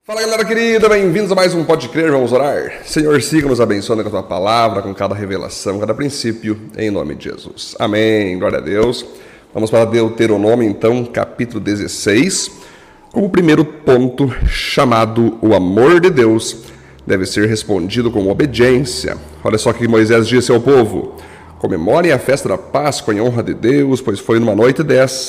Fala galera querida, bem-vindos a mais um Pode Crer, vamos orar. Senhor, siga-nos abençoando com a Tua Palavra, com cada revelação, cada princípio, em nome de Jesus. Amém, glória a Deus. Vamos para Deuteronômio, então, capítulo 16, como primeiro ponto, chamado o amor de Deus deve ser respondido com obediência. Olha só que Moisés disse ao povo: comemorem a festa da Páscoa em honra de Deus, pois foi numa noite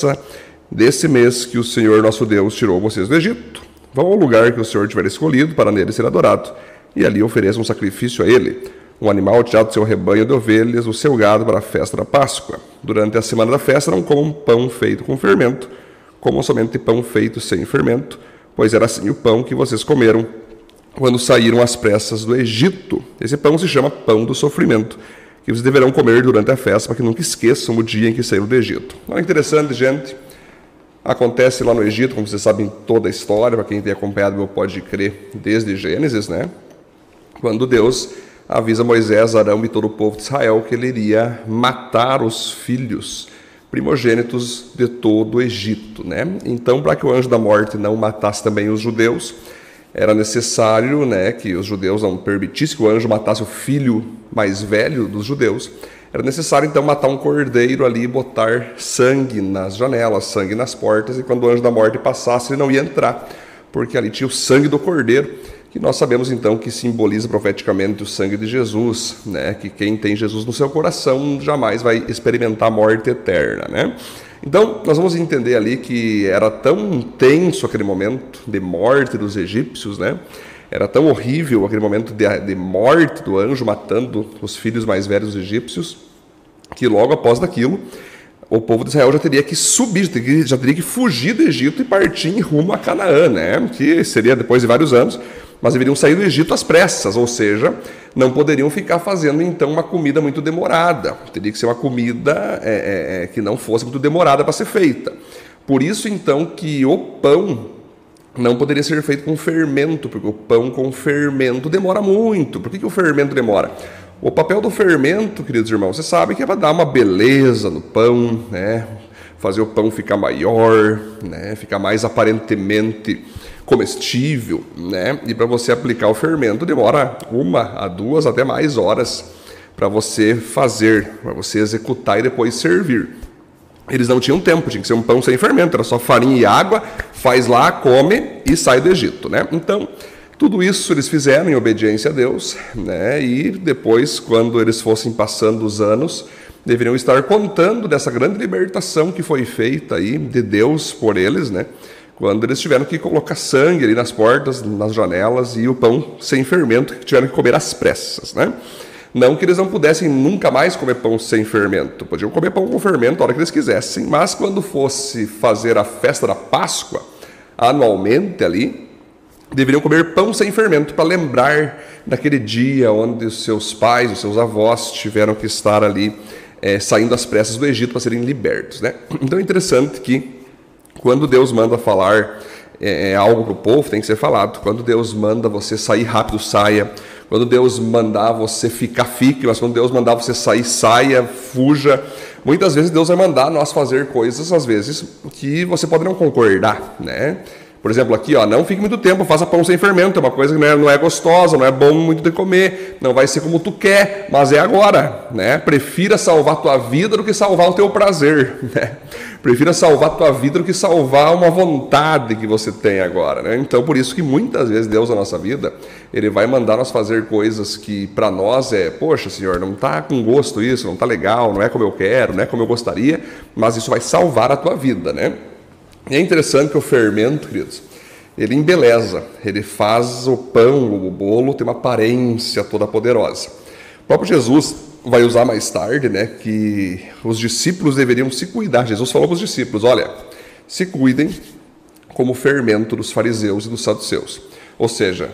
desse mês que o Senhor nosso Deus tirou vocês do Egito. Vão ao lugar que o Senhor tiver escolhido para nele ser adorado, e ali ofereçam um sacrifício a ele, um animal tirado do seu rebanho de ovelhas, o seu gado para a festa da Páscoa. Durante a semana da festa não comam pão feito com fermento, comam somente pão feito sem fermento, pois era assim o pão que vocês comeram quando saíram às pressas do Egito. Esse pão se chama pão do sofrimento, que vocês deverão comer durante a festa, para que nunca esqueçam o dia em que saíram do Egito. Olha, interessante, gente. Acontece lá no Egito, como vocês sabem, toda a história, para quem tem acompanhado meu Pode Crer desde Gênesis, né? Quando Deus avisa Moisés, Arão e todo o povo de Israel que ele iria matar os filhos primogênitos de todo o Egito, né? Então, para que o anjo da morte não matasse também os judeus, era necessário, né, que os judeus não permitissem que o anjo matasse o filho mais velho dos judeus. Era necessário, então, matar um cordeiro ali e botar sangue nas janelas, sangue nas portas, e quando o anjo da morte passasse, ele não ia entrar, porque ali tinha o sangue do cordeiro, que nós sabemos, então, que simboliza profeticamente o sangue de Jesus, né? Que quem tem Jesus no seu coração jamais vai experimentar a morte eterna, né? Então, nós vamos entender ali que era tão tenso aquele momento de morte dos egípcios, né? Era tão horrível aquele momento de morte do anjo matando os filhos mais velhos dos egípcios, que logo após daquilo, o povo de Israel já teria que subir, já teria que fugir do Egito e partir em rumo a Canaã, né? Que seria depois de vários anos, mas deveriam sair do Egito às pressas, ou seja, não poderiam ficar fazendo então uma comida muito demorada. Teria que ser uma comida que não fosse muito demorada para ser feita. Por isso então que o pão não poderia ser feito com fermento, porque o pão com fermento demora muito. Por que o fermento demora? O papel do fermento, queridos irmãos, você sabe que é para dar uma beleza no pão, né? Fazer o pão ficar maior, né? Ficar mais aparentemente comestível, né? E para você aplicar o fermento demora 1 a 2 até mais horas para você fazer, para você executar e depois servir. Eles não tinham tempo, tinha que ser um pão sem fermento, era só farinha e água, faz lá, come e sai do Egito, né? Então, tudo isso eles fizeram em obediência a Deus, né? E depois, quando eles fossem passando os anos, deveriam estar contando dessa grande libertação que foi feita aí de Deus por eles, né? Quando eles tiveram que colocar sangue ali nas portas, nas janelas, e o pão sem fermento, que tiveram que comer às pressas, né? Não que eles não pudessem nunca mais comer pão sem fermento. Podiam comer pão com fermento a hora que eles quisessem. Mas quando fosse fazer a festa da Páscoa, anualmente ali, deveriam comer pão sem fermento para lembrar daquele dia onde os seus pais, os seus avós tiveram que estar ali saindo às pressas do Egito para serem libertos, né? Então é interessante que quando Deus manda falar algo para o povo, tem que ser falado. Quando Deus manda você sair rápido, saia. Quando Deus mandar você ficar, fique. Mas quando Deus mandar você sair, saia, fuja. Muitas vezes Deus vai mandar nós fazer coisas, às vezes, que você pode não concordar, né? Por exemplo, aqui, ó, não fique muito tempo, faça pão sem fermento. É uma coisa que não é gostosa, não é bom muito de comer. Não vai ser como tu quer, mas é agora, né? Prefira salvar a tua vida do que salvar o teu prazer, né? Prefira salvar a tua vida do que salvar uma vontade que você tem agora, né? Então, por isso que muitas vezes Deus na nossa vida, Ele vai mandar nós fazer coisas que para nós poxa, Senhor, não está com gosto isso, não está legal, não é como eu quero, não é como eu gostaria, mas isso vai salvar a tua vida, né? E é interessante que o fermento, queridos, ele embeleza, ele faz o pão, o bolo ter uma aparência toda poderosa. O próprio Jesus vai usar mais tarde, né, que os discípulos deveriam se cuidar. Jesus falou para os discípulos: olha, se cuidem como o fermento dos fariseus e dos saduceus. Ou seja,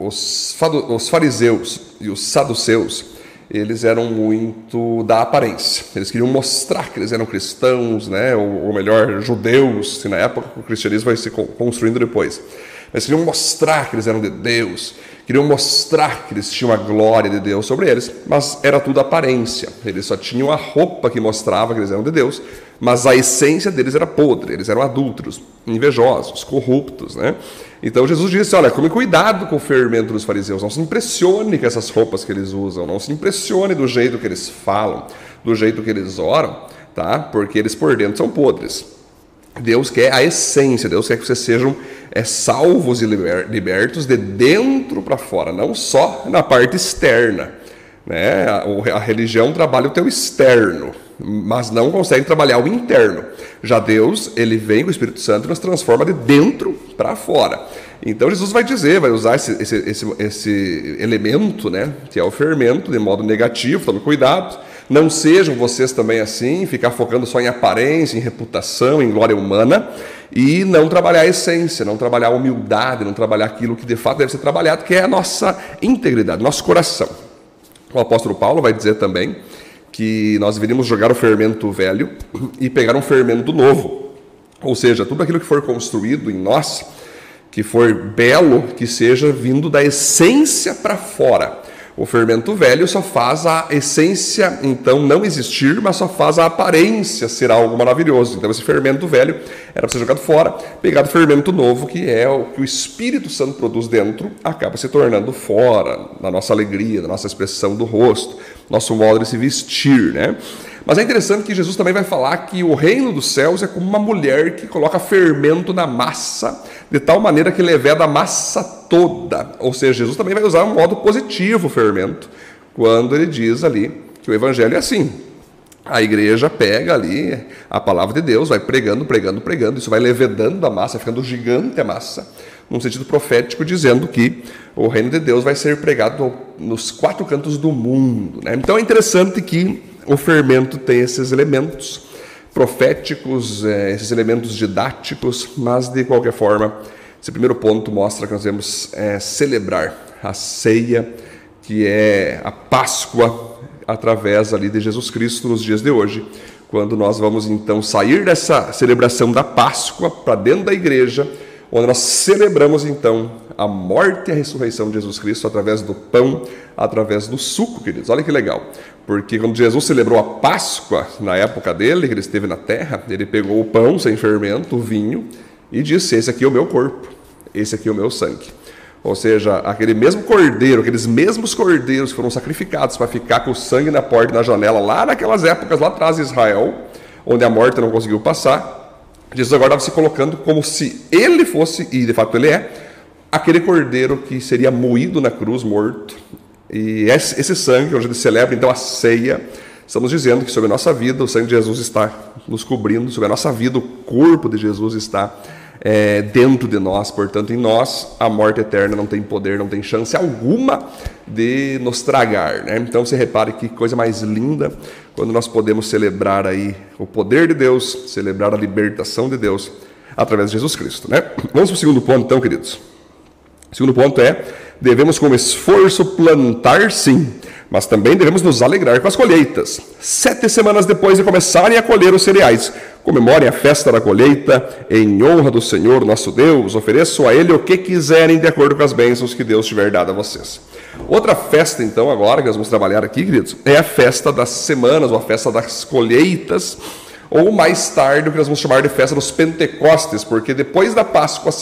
os fariseus e os saduceus, eles eram muito da aparência. Eles queriam mostrar que eles eram cristãos, né, ou melhor, judeus, se na época o cristianismo vai se construindo depois. Mas queriam mostrar que eles eram de Deus, queriam mostrar que eles tinham a glória de Deus sobre eles, mas era tudo aparência. Eles só tinham a roupa que mostrava que eles eram de Deus, mas a essência deles era podre, eles eram adúlteros, invejosos, corruptos, né? Então Jesus disse, olha, tome cuidado com o fermento dos fariseus, não se impressione com essas roupas que eles usam, não se impressione do jeito que eles falam, do jeito que eles oram, tá? Porque eles por dentro são podres. Deus quer a essência, Deus quer que vocês sejam salvos e libertos de dentro para fora, não só na parte externa, né? A religião trabalha o teu externo, mas não consegue trabalhar o interno. Já Deus, ele vem com o Espírito Santo e nos transforma de dentro para fora. Então Jesus vai dizer, vai usar esse elemento, né, que é o fermento, de modo negativo. Tome cuidado, não sejam vocês também assim, ficar focando só em aparência, em reputação, em glória humana, e não trabalhar a essência, não trabalhar a humildade, não trabalhar aquilo que de fato deve ser trabalhado, que é a nossa integridade, nosso coração. O apóstolo Paulo vai dizer também que nós deveríamos jogar o fermento velho e pegar um fermento novo. Ou seja, tudo aquilo que for construído em nós, que for belo, que seja vindo da essência para fora. O fermento velho só faz a essência, então, não existir, mas só faz a aparência ser algo maravilhoso. Então, esse fermento velho era para ser jogado fora, pegar o fermento novo, que é o que o Espírito Santo produz dentro, acaba se tornando fora, na nossa alegria, na nossa expressão do rosto, nosso modo de se vestir, né? Mas é interessante que Jesus também vai falar que o reino dos céus é como uma mulher que coloca fermento na massa, de tal maneira que leveda a massa toda. Ou seja, Jesus também vai usar um modo positivo o fermento, quando ele diz ali que o evangelho é assim. A igreja pega ali a palavra de Deus, vai pregando, pregando, pregando, isso vai levedando a massa, ficando gigante a massa, num sentido profético, dizendo que o reino de Deus vai ser pregado nos 4 cantos do mundo, né? Então é interessante que o fermento tem esses elementos proféticos, esses elementos didáticos, mas de qualquer forma, esse primeiro ponto mostra que nós devemos celebrar a ceia, que é a Páscoa, através ali de Jesus Cristo nos dias de hoje, quando nós vamos então sair dessa celebração da Páscoa para dentro da igreja, onde nós celebramos então a morte e a ressurreição de Jesus Cristo através do pão, através do suco, queridos. Olha que legal, porque quando Jesus celebrou a Páscoa, na época dele, que ele esteve na terra, ele pegou o pão sem fermento, o vinho, e disse, esse aqui é o meu corpo, esse aqui é o meu sangue. Ou seja, aquele mesmo cordeiro, aqueles mesmos cordeiros que foram sacrificados para ficar com o sangue na porta e na janela, lá naquelas épocas, lá atrás de Israel, onde a morte não conseguiu passar, Jesus agora estava se colocando como se ele fosse, e de fato ele é, aquele cordeiro que seria moído na cruz, morto. E esse sangue, onde a gente celebra então a ceia, estamos dizendo que sobre a nossa vida o sangue de Jesus está nos cobrindo, sobre a nossa vida o corpo de Jesus está dentro de nós, portanto em nós a morte eterna não tem poder, não tem chance alguma de nos tragar, né? Então você repare que coisa mais linda quando nós podemos celebrar aí o poder de Deus, celebrar a libertação de Deus através de Jesus Cristo, né? Vamos para o segundo ponto então, queridos. O segundo ponto é, devemos com esforço plantar sim, mas também devemos nos alegrar com as colheitas. 7 semanas depois de começarem a colher os cereais, comemorem a festa da colheita em honra do Senhor nosso Deus, ofereçam a Ele o que quiserem de acordo com as bênçãos que Deus tiver dado a vocês. Outra festa então agora que nós vamos trabalhar aqui, queridos, é a festa das semanas, ou a festa das colheitas, ou mais tarde o que nós vamos chamar de festa dos Pentecostes, porque depois da Páscoa,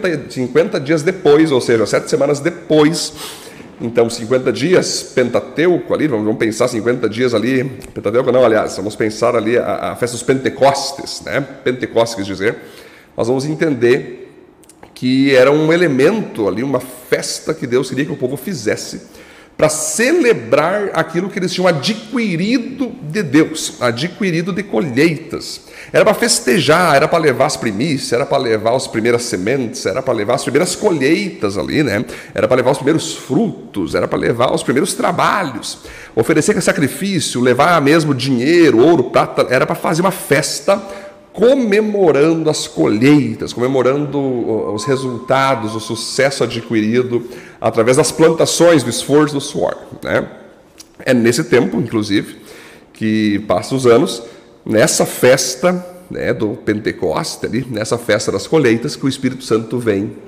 50 dias depois, ou seja, 7 semanas depois, então 50 dias, Pentateuco ali, vamos pensar 50 dias ali, Pentateuco não, aliás, vamos pensar ali a festa dos Pentecostes, né? Pentecostes quer dizer, nós vamos entender que era um elemento ali, uma festa que Deus queria que o povo fizesse, para celebrar aquilo que eles tinham adquirido de Deus, adquirido de colheitas. Era para festejar, era para levar as primícias, era para levar as primeiras sementes, era para levar as primeiras colheitas ali, né? Era para levar os primeiros frutos, era para levar os primeiros trabalhos, oferecer sacrifício, levar mesmo dinheiro, ouro, prata, era para fazer uma festa comemorando as colheitas, comemorando os resultados, o sucesso adquirido através das plantações, do esforço, do suor, né? É nesse tempo, inclusive, que passam os anos, nessa festa, né, do Pentecoste, ali, nessa festa das colheitas, que o Espírito Santo vem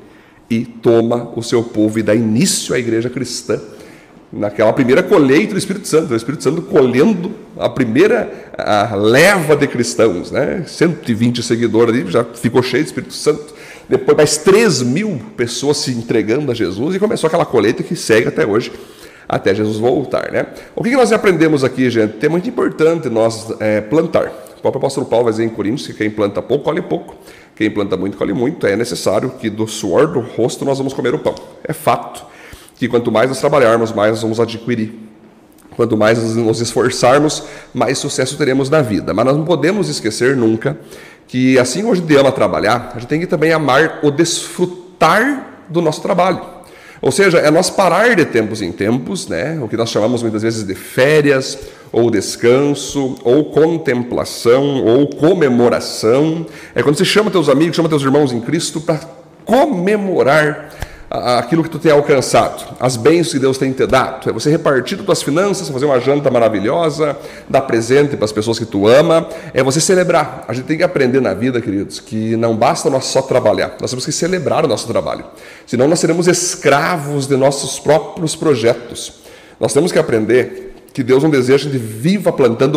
e toma o seu povo e dá início à igreja cristã. Naquela primeira colheita do Espírito Santo, o Espírito Santo colhendo a primeira leva de cristãos, né? 120 seguidores ali, já ficou cheio de Espírito Santo. Depois mais 3.000 pessoas se entregando a Jesus e começou aquela colheita que segue até hoje, até Jesus voltar, né? O que nós aprendemos aqui, gente? É muito importante nós plantar. O próprio apóstolo Paulo vai dizer em Coríntios que quem planta pouco, colhe pouco. Quem planta muito, colhe muito. É necessário que do suor do rosto nós vamos comer o pão. É fato que quanto mais nós trabalharmos, mais nós vamos adquirir. Quanto mais nos esforçarmos, mais sucesso teremos na vida. Mas nós não podemos esquecer nunca que, assim como a gente ama trabalhar, a gente tem que também amar o desfrutar do nosso trabalho. Ou seja, é nós parar de tempos em tempos, né? O que nós chamamos muitas vezes de férias, ou descanso, ou contemplação, ou comemoração. É quando você chama teus amigos, chama teus irmãos em Cristo para comemorar aquilo que tu tem alcançado, as bênçãos que Deus tem te dado. É você repartir as tuas finanças, fazer uma janta maravilhosa, dar presente para as pessoas que tu ama, é você celebrar. A gente tem que aprender na vida, queridos, que não basta nós só trabalhar, nós temos que celebrar o nosso trabalho, senão nós seremos escravos de nossos próprios projetos. Nós temos que aprender que Deus não deseja que a gente viva plantando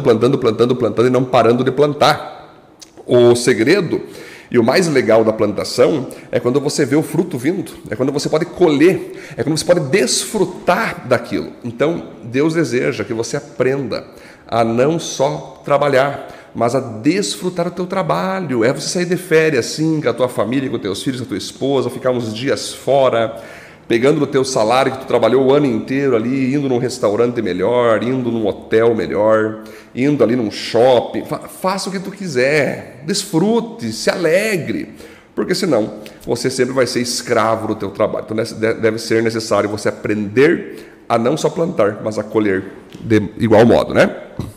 e não parando de plantar. O segredo e o mais legal da plantação é quando você vê o fruto vindo, é quando você pode colher, é quando você pode desfrutar daquilo. Então, Deus deseja que você aprenda a não só trabalhar, mas a desfrutar do teu trabalho. É você sair de férias, sim, com a tua família, com os teus filhos, com a tua esposa, ficar uns dias fora, pegando o teu salário que tu trabalhou o ano inteiro ali, indo num restaurante melhor, indo num hotel melhor, indo ali num shopping. Faça o que tu quiser, desfrute, se alegre, porque senão você sempre vai ser escravo do teu trabalho. Então deve ser necessário você aprender a não só plantar, mas a colher de igual modo, né?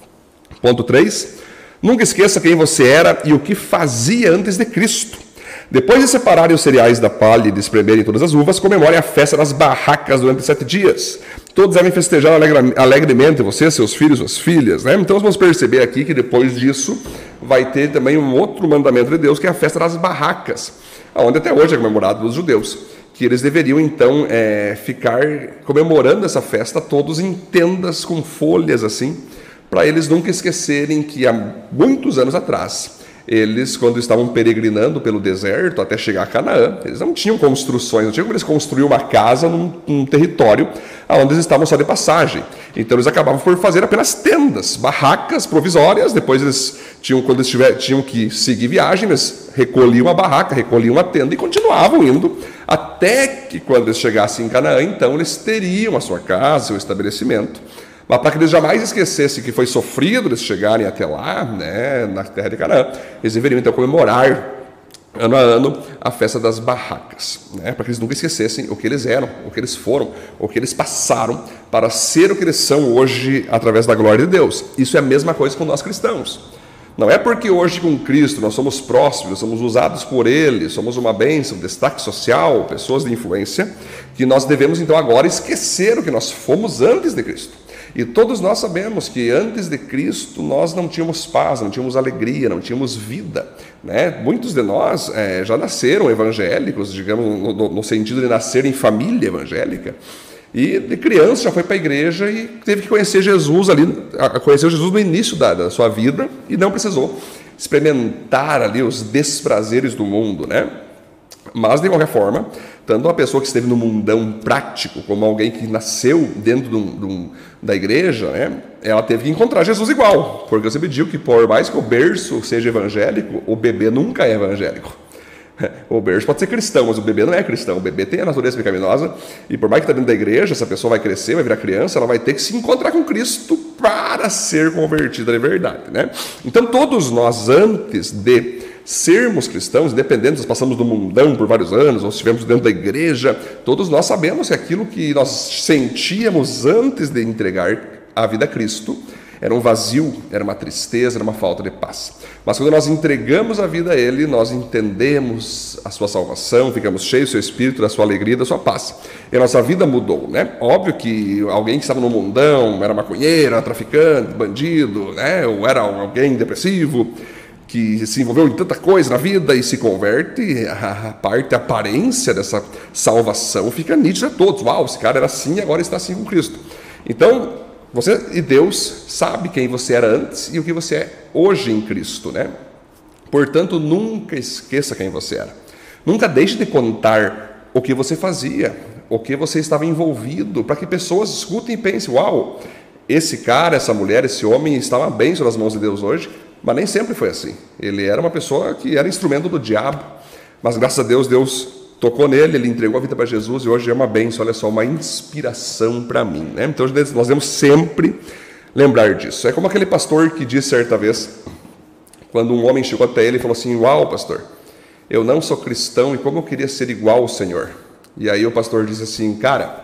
Ponto 3. Nunca esqueça quem você era e o que fazia antes de Cristo. Depois de separarem os cereais da palha e de espremerem todas as uvas, comemorem a festa das barracas durante 7 dias. Todos devem festejar alegremente, você, seus filhos, suas filhas, né? Então nós vamos perceber aqui que depois disso vai ter também um outro mandamento de Deus, que é a festa das barracas, onde até hoje é comemorado pelos judeus, que eles deveriam então ficar comemorando essa festa todos em tendas com folhas assim, para eles nunca esquecerem que há muitos anos atrás, eles, quando estavam peregrinando pelo deserto até chegar a Canaã, eles não tinham construções, não tinham como eles construir uma casa num território onde eles estavam só de passagem. Então eles acabavam por fazer apenas tendas, barracas provisórias. Depois eles quando eles tinham que seguir viagem, eles recolhiam a barraca, recolhiam a tenda e continuavam indo até que quando eles chegassem em Canaã, então eles teriam a sua casa, seu estabelecimento. Mas para que eles jamais esquecessem que foi sofrido eles chegarem até lá, né, na terra de Canaã, eles deveriam então comemorar ano a ano a festa das barracas, né, para que eles nunca esquecessem o que eles eram, o que eles foram, o que eles passaram para ser o que eles são hoje através da glória de Deus. Isso é a mesma coisa com nós cristãos. Não é porque hoje com Cristo nós somos próximos, somos usados por Ele, somos uma bênção, destaque social, pessoas de influência, que nós devemos então agora esquecer o que nós fomos antes de Cristo. E todos nós sabemos que antes de Cristo nós não tínhamos paz, não tínhamos alegria, não tínhamos vida, né? Muitos de nós já nasceram evangélicos, digamos, no sentido de nascer em família evangélica, e de criança já foi para a igreja e teve que conhecer Jesus ali, conheceu Jesus no início da sua vida e não precisou experimentar ali os desprazeres do mundo, né? Mas, de qualquer forma, tanto uma pessoa que esteve no mundão prático, como alguém que nasceu dentro da igreja, né, ela teve que encontrar Jesus igual. Porque eu sempre digo que, por mais que o berço seja evangélico, o bebê nunca é evangélico. O berço pode ser cristão, mas o bebê não é cristão. O bebê tem a natureza pecaminosa, e por mais que está dentro da igreja, essa pessoa vai crescer, vai virar criança, ela vai ter que se encontrar com Cristo para ser convertida de verdade, né? Então, todos nós, antes de sermos cristãos, independente se passamos do mundão por vários anos, ou estivemos dentro da igreja, todos nós sabemos que aquilo que nós sentíamos antes de entregar a vida a Cristo era um vazio, era uma tristeza, era uma falta de paz. Mas quando nós entregamos a vida a Ele, nós entendemos a sua salvação, ficamos cheios do seu Espírito, da sua alegria, da sua paz. E a nossa vida mudou, né? Óbvio que alguém que estava no mundão, era maconheiro, era traficante, bandido, né? Ou era alguém depressivo, que se envolveu em tanta coisa na vida e se converte, a aparência dessa salvação fica nítida a todos. Uau, esse cara era assim e agora está assim com Cristo. Então, você e Deus sabe quem você era antes e o que você é hoje em Cristo, né? Portanto, nunca esqueça quem você era. Nunca deixe de contar o que você fazia, o que você estava envolvido, para que pessoas escutem e pensem, uau, esse cara, essa mulher, esse homem estava bem nas mãos de Deus hoje, mas nem sempre foi assim. Ele era uma pessoa que era instrumento do diabo, mas graças a Deus, Deus tocou nele, ele entregou a vida para Jesus e hoje é uma bênção, olha só, uma inspiração para mim, né? Então nós devemos sempre lembrar disso. É como aquele pastor que disse certa vez, quando um homem chegou até ele e falou assim, uau, pastor, eu não sou cristão e como eu queria ser igual ao Senhor. E aí o pastor disse assim, cara,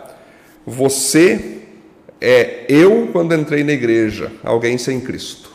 você é eu quando entrei na igreja, alguém sem Cristo.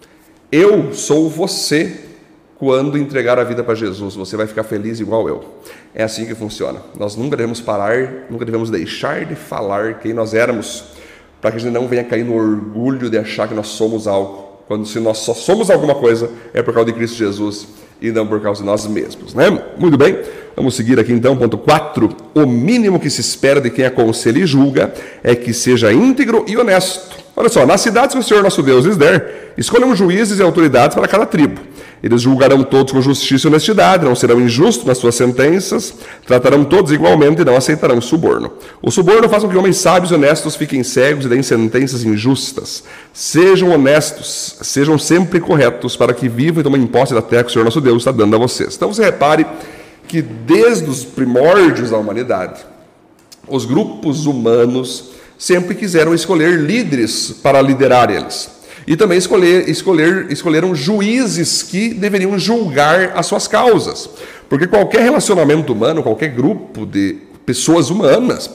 Eu sou você quando entregar a vida para Jesus, você vai ficar feliz igual eu. É assim que funciona. Nós nunca devemos parar, nunca devemos deixar de falar quem nós éramos, para que a gente não venha cair no orgulho de achar que nós somos algo. Quando se nós só somos alguma coisa, é por causa de Cristo Jesus e não por causa de nós mesmos, né? Muito bem, vamos seguir aqui então, ponto 4. O mínimo que se espera de quem aconselha e julga é que seja íntegro e honesto. Olha só, nas cidades que o Senhor nosso Deus lhes der, escolham juízes e autoridades para cada tribo. Eles julgarão todos com justiça e honestidade, não serão injustos nas suas sentenças, tratarão todos igualmente e não aceitarão suborno. O suborno faz com que homens sábios e honestos fiquem cegos e deem sentenças injustas. Sejam honestos, sejam sempre corretos, para que vivam e tomem posse da terra que o Senhor nosso Deus está dando a vocês. Então você repare que desde os primórdios da humanidade, os grupos humanos sempre quiseram escolher líderes para liderar eles. E também escolheram juízes que deveriam julgar as suas causas. Porque qualquer relacionamento humano, qualquer grupo de pessoas humanas,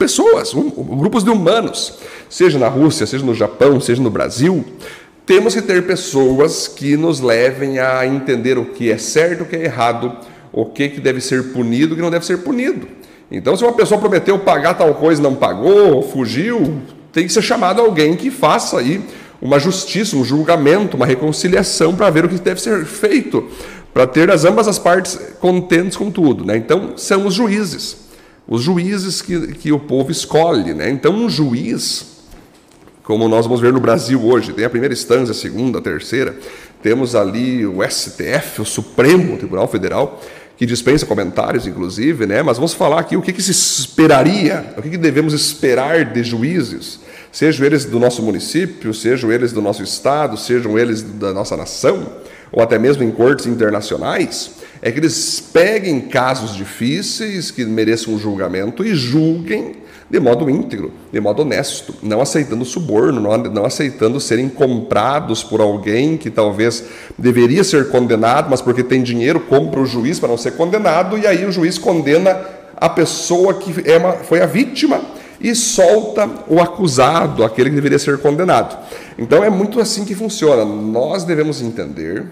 grupos de humanos, seja na Rússia, seja no Japão, seja no Brasil, temos que ter pessoas que nos levem a entender o que é certo, o que é errado, o que deve ser punido, o que não deve ser punido. Então, se uma pessoa prometeu pagar tal coisa e não pagou, fugiu, tem que ser chamado alguém que faça aí uma justiça, um julgamento, uma reconciliação para ver o que deve ser feito, para ter ambas as partes contentes com tudo, né? Então, são os juízes que o povo escolhe, né? Então, um juiz, como nós vamos ver no Brasil hoje, tem a primeira instância, a segunda, a terceira, temos ali o STF, o Supremo Tribunal Federal, que dispensa comentários, inclusive, né? Mas vamos falar aqui o que se esperaria, o que devemos esperar de juízes, sejam eles do nosso município, sejam eles do nosso estado, sejam eles da nossa nação, ou até mesmo em cortes internacionais, é que eles peguem casos difíceis que mereçam um julgamento e julguem de modo íntegro, de modo honesto, não aceitando suborno, não aceitando serem comprados por alguém que talvez deveria ser condenado, mas porque tem dinheiro compra o juiz para não ser condenado, e aí o juiz condena a pessoa que foi a vítima e solta o acusado, aquele que deveria ser condenado. Então é muito assim que funciona. Nós devemos entender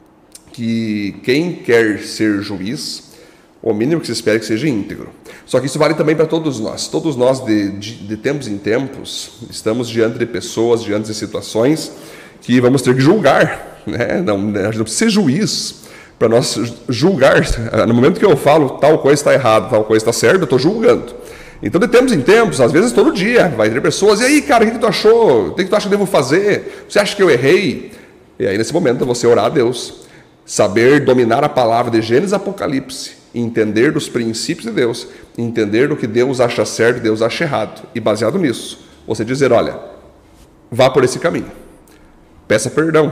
que quem quer ser juiz, o mínimo que se espera é que seja íntegro. Só que isso vale também para todos nós. Todos nós, de tempos em tempos, estamos diante de pessoas, diante de situações que vamos ter que julgar, né? A gente não precisa ser juiz para nós julgar. No momento que eu falo tal coisa está errado, tal coisa está certo, eu estou julgando. Então, de tempos em tempos, às vezes todo dia, vai ter pessoas, e aí, cara, o que tu achou? O que tu acha que eu devo fazer? Você acha que eu errei? E aí, nesse momento, você orar a Deus, saber dominar a palavra de Gênesis e Apocalipse, entender dos princípios de Deus, entender do que Deus acha certo e Deus acha errado, e baseado nisso, você dizer, olha, vá por esse caminho, peça perdão,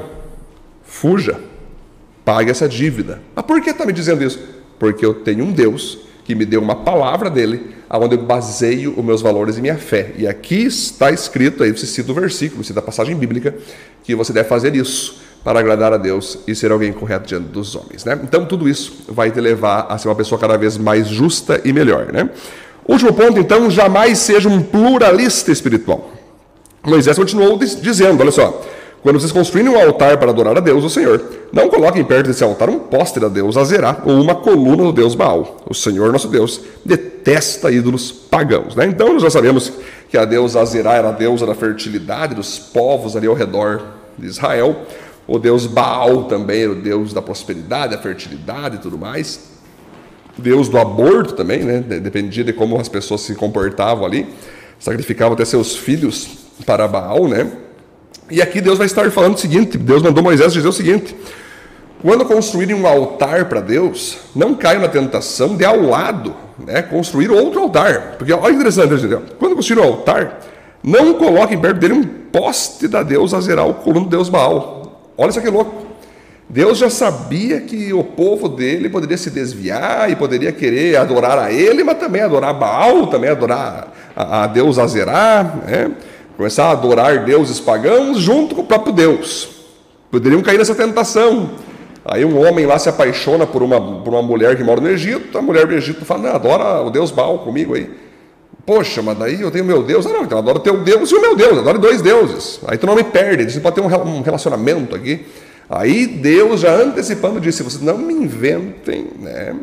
fuja, pague essa dívida. Mas por que está me dizendo isso? Porque eu tenho um Deus que me deu uma palavra dele, onde eu baseio os meus valores e minha fé. E aqui está escrito, aí você cita o versículo, cita a passagem bíblica, que você deve fazer isso para agradar a Deus e ser alguém correto diante dos homens, né? Então, tudo isso vai te levar a ser uma pessoa cada vez mais justa e melhor, né? Último ponto, então, jamais seja um pluralista espiritual. Moisés continuou dizendo, olha só, quando vocês construírem um altar para adorar a Deus, o Senhor, não coloquem perto desse altar um poste a Deus Azerá ou uma coluna do Deus Baal. O Senhor, nosso Deus, detesta ídolos pagãos, né? Então, nós já sabemos que a deusa Azerá era a deusa da fertilidade dos povos ali ao redor de Israel. O deus Baal também era o deus da prosperidade, da fertilidade e tudo mais. Deus do aborto também, né? Dependia de como as pessoas se comportavam ali. Sacrificavam até seus filhos para Baal, né? E aqui Deus vai estar falando o seguinte, Deus mandou Moisés dizer o seguinte: quando construírem um altar para Deus, não caiam na tentação de ao lado, né, construir outro altar. Porque olha que interessante, gente, quando construir um altar, não coloquem perto dele um poste da deusa Azerá, o coluna do deus Baal. Olha isso aqui louco. Deus já sabia que o povo dele poderia se desviar e poderia querer adorar a ele, mas também adorar Baal, também adorar a deusa Azerá, né? Começar a adorar deuses pagãos junto com o próprio Deus. Poderiam cair nessa tentação. Aí um homem lá se apaixona por uma mulher que mora no Egito, a mulher do Egito fala: não, adora o deus Baal comigo aí. Poxa, mas daí eu tenho meu Deus. Ah, não, então adora o teu Deus e o meu Deus, adora dois deuses. Aí tu não me perde, você pode ter um relacionamento aqui. Aí Deus, já antecipando, disse: vocês não me inventem, né,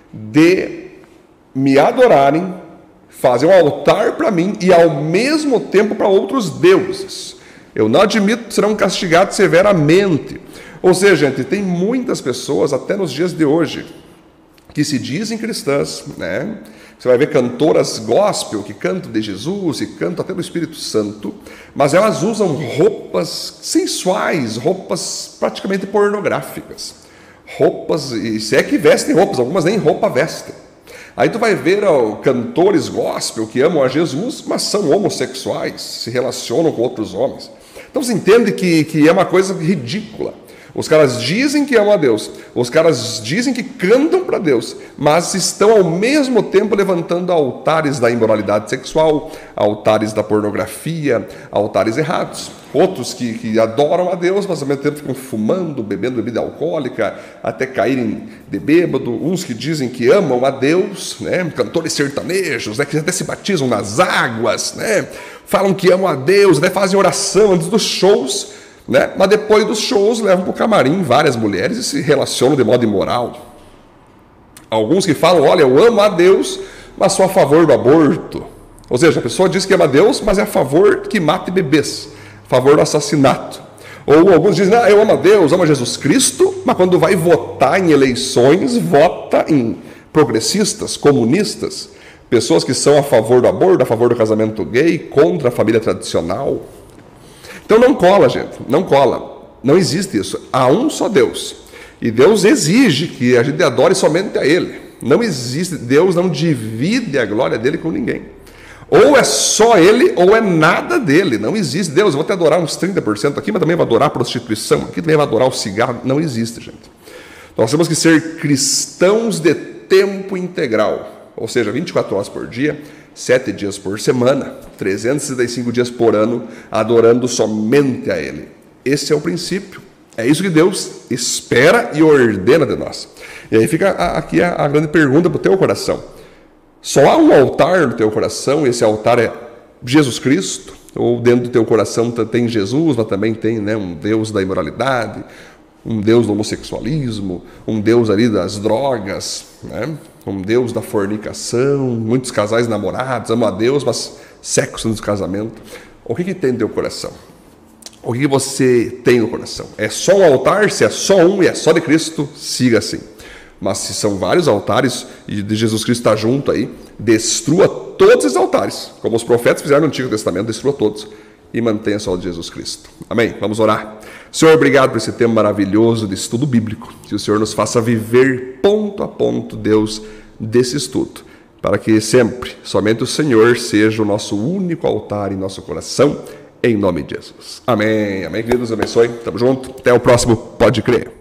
de me adorarem, fazer um altar para mim e ao mesmo tempo para outros deuses. Eu não admito que serão castigados severamente. Ou seja, gente, tem muitas pessoas, até nos dias de hoje, que se dizem cristãs, né? Você vai ver cantoras gospel que cantam de Jesus e cantam até do Espírito Santo, mas elas usam roupas sensuais, roupas praticamente pornográficas. Roupas, e se é que vestem roupas, algumas nem roupa vestem. Aí tu vai ver cantores gospel que amam a Jesus, mas são homossexuais, se relacionam com outros homens. Então você entende que é uma coisa ridícula. Os caras dizem que amam a Deus, os caras dizem que cantam para Deus, mas estão ao mesmo tempo levantando altares da imoralidade sexual, altares da pornografia, altares errados. Outros que adoram a Deus, mas ao mesmo tempo ficam fumando, bebendo bebida alcoólica, até caírem de bêbado. Uns que dizem que amam a Deus, né? Cantores sertanejos, né? Que até se batizam nas águas, né? Falam que amam a Deus, até fazem oração antes dos shows, né? Mas depois dos shows levam para o camarim várias mulheres e se relacionam de modo imoral. Alguns que falam: olha, eu amo a Deus, mas sou a favor do aborto. Ou seja, a pessoa diz que ama a Deus, mas é a favor que mate bebês, a favor do assassinato. Ou alguns dizem: eu amo a Deus, amo a Jesus Cristo, mas quando vai votar em eleições, vota em progressistas, comunistas, pessoas que são a favor do aborto, a favor do casamento gay, contra a família tradicional. Então não cola, gente, não cola. Não existe isso. Há um só Deus. E Deus exige que a gente adore somente a Ele. Não existe, Deus não divide a glória dele com ninguém. Ou é só Ele, ou é nada dele. Não existe. Deus, eu vou te adorar uns 30% aqui, mas também vou adorar a prostituição, aqui também vou adorar o cigarro. Não existe, gente. Nós temos que ser cristãos de tempo integral. Ou seja, 24 horas por dia, 7 dias por semana, 365 dias por ano, adorando somente a Ele. Esse é o princípio. É isso que Deus espera e ordena de nós. E aí fica aqui a grande pergunta para o teu coração. Só há um altar no teu coração, e esse altar é Jesus Cristo? Ou dentro do teu coração tem Jesus, mas também tem, né, um Deus da imoralidade, um Deus do homossexualismo, um Deus ali das drogas, né? Um Deus da fornicação, muitos casais namorados, amam a Deus, mas sexo no casamento. O que tem no teu coração? O que você tem no coração? É só um altar? Se é só um e é só de Cristo, siga assim. Mas se são vários altares e de Jesus Cristo está junto aí, destrua todos esses altares, como os profetas fizeram no Antigo Testamento, destrua todos e mantenha só o de Jesus Cristo. Amém? Vamos orar. Senhor, obrigado por esse tema maravilhoso de estudo bíblico. Que o Senhor nos faça viver ponto a ponto, Deus, desse estudo, para que sempre, somente o Senhor seja o nosso único altar em nosso coração, em nome de Jesus. Amém. Amém, queridos. Abençoe. Tamo junto. Até o próximo Pode Crer.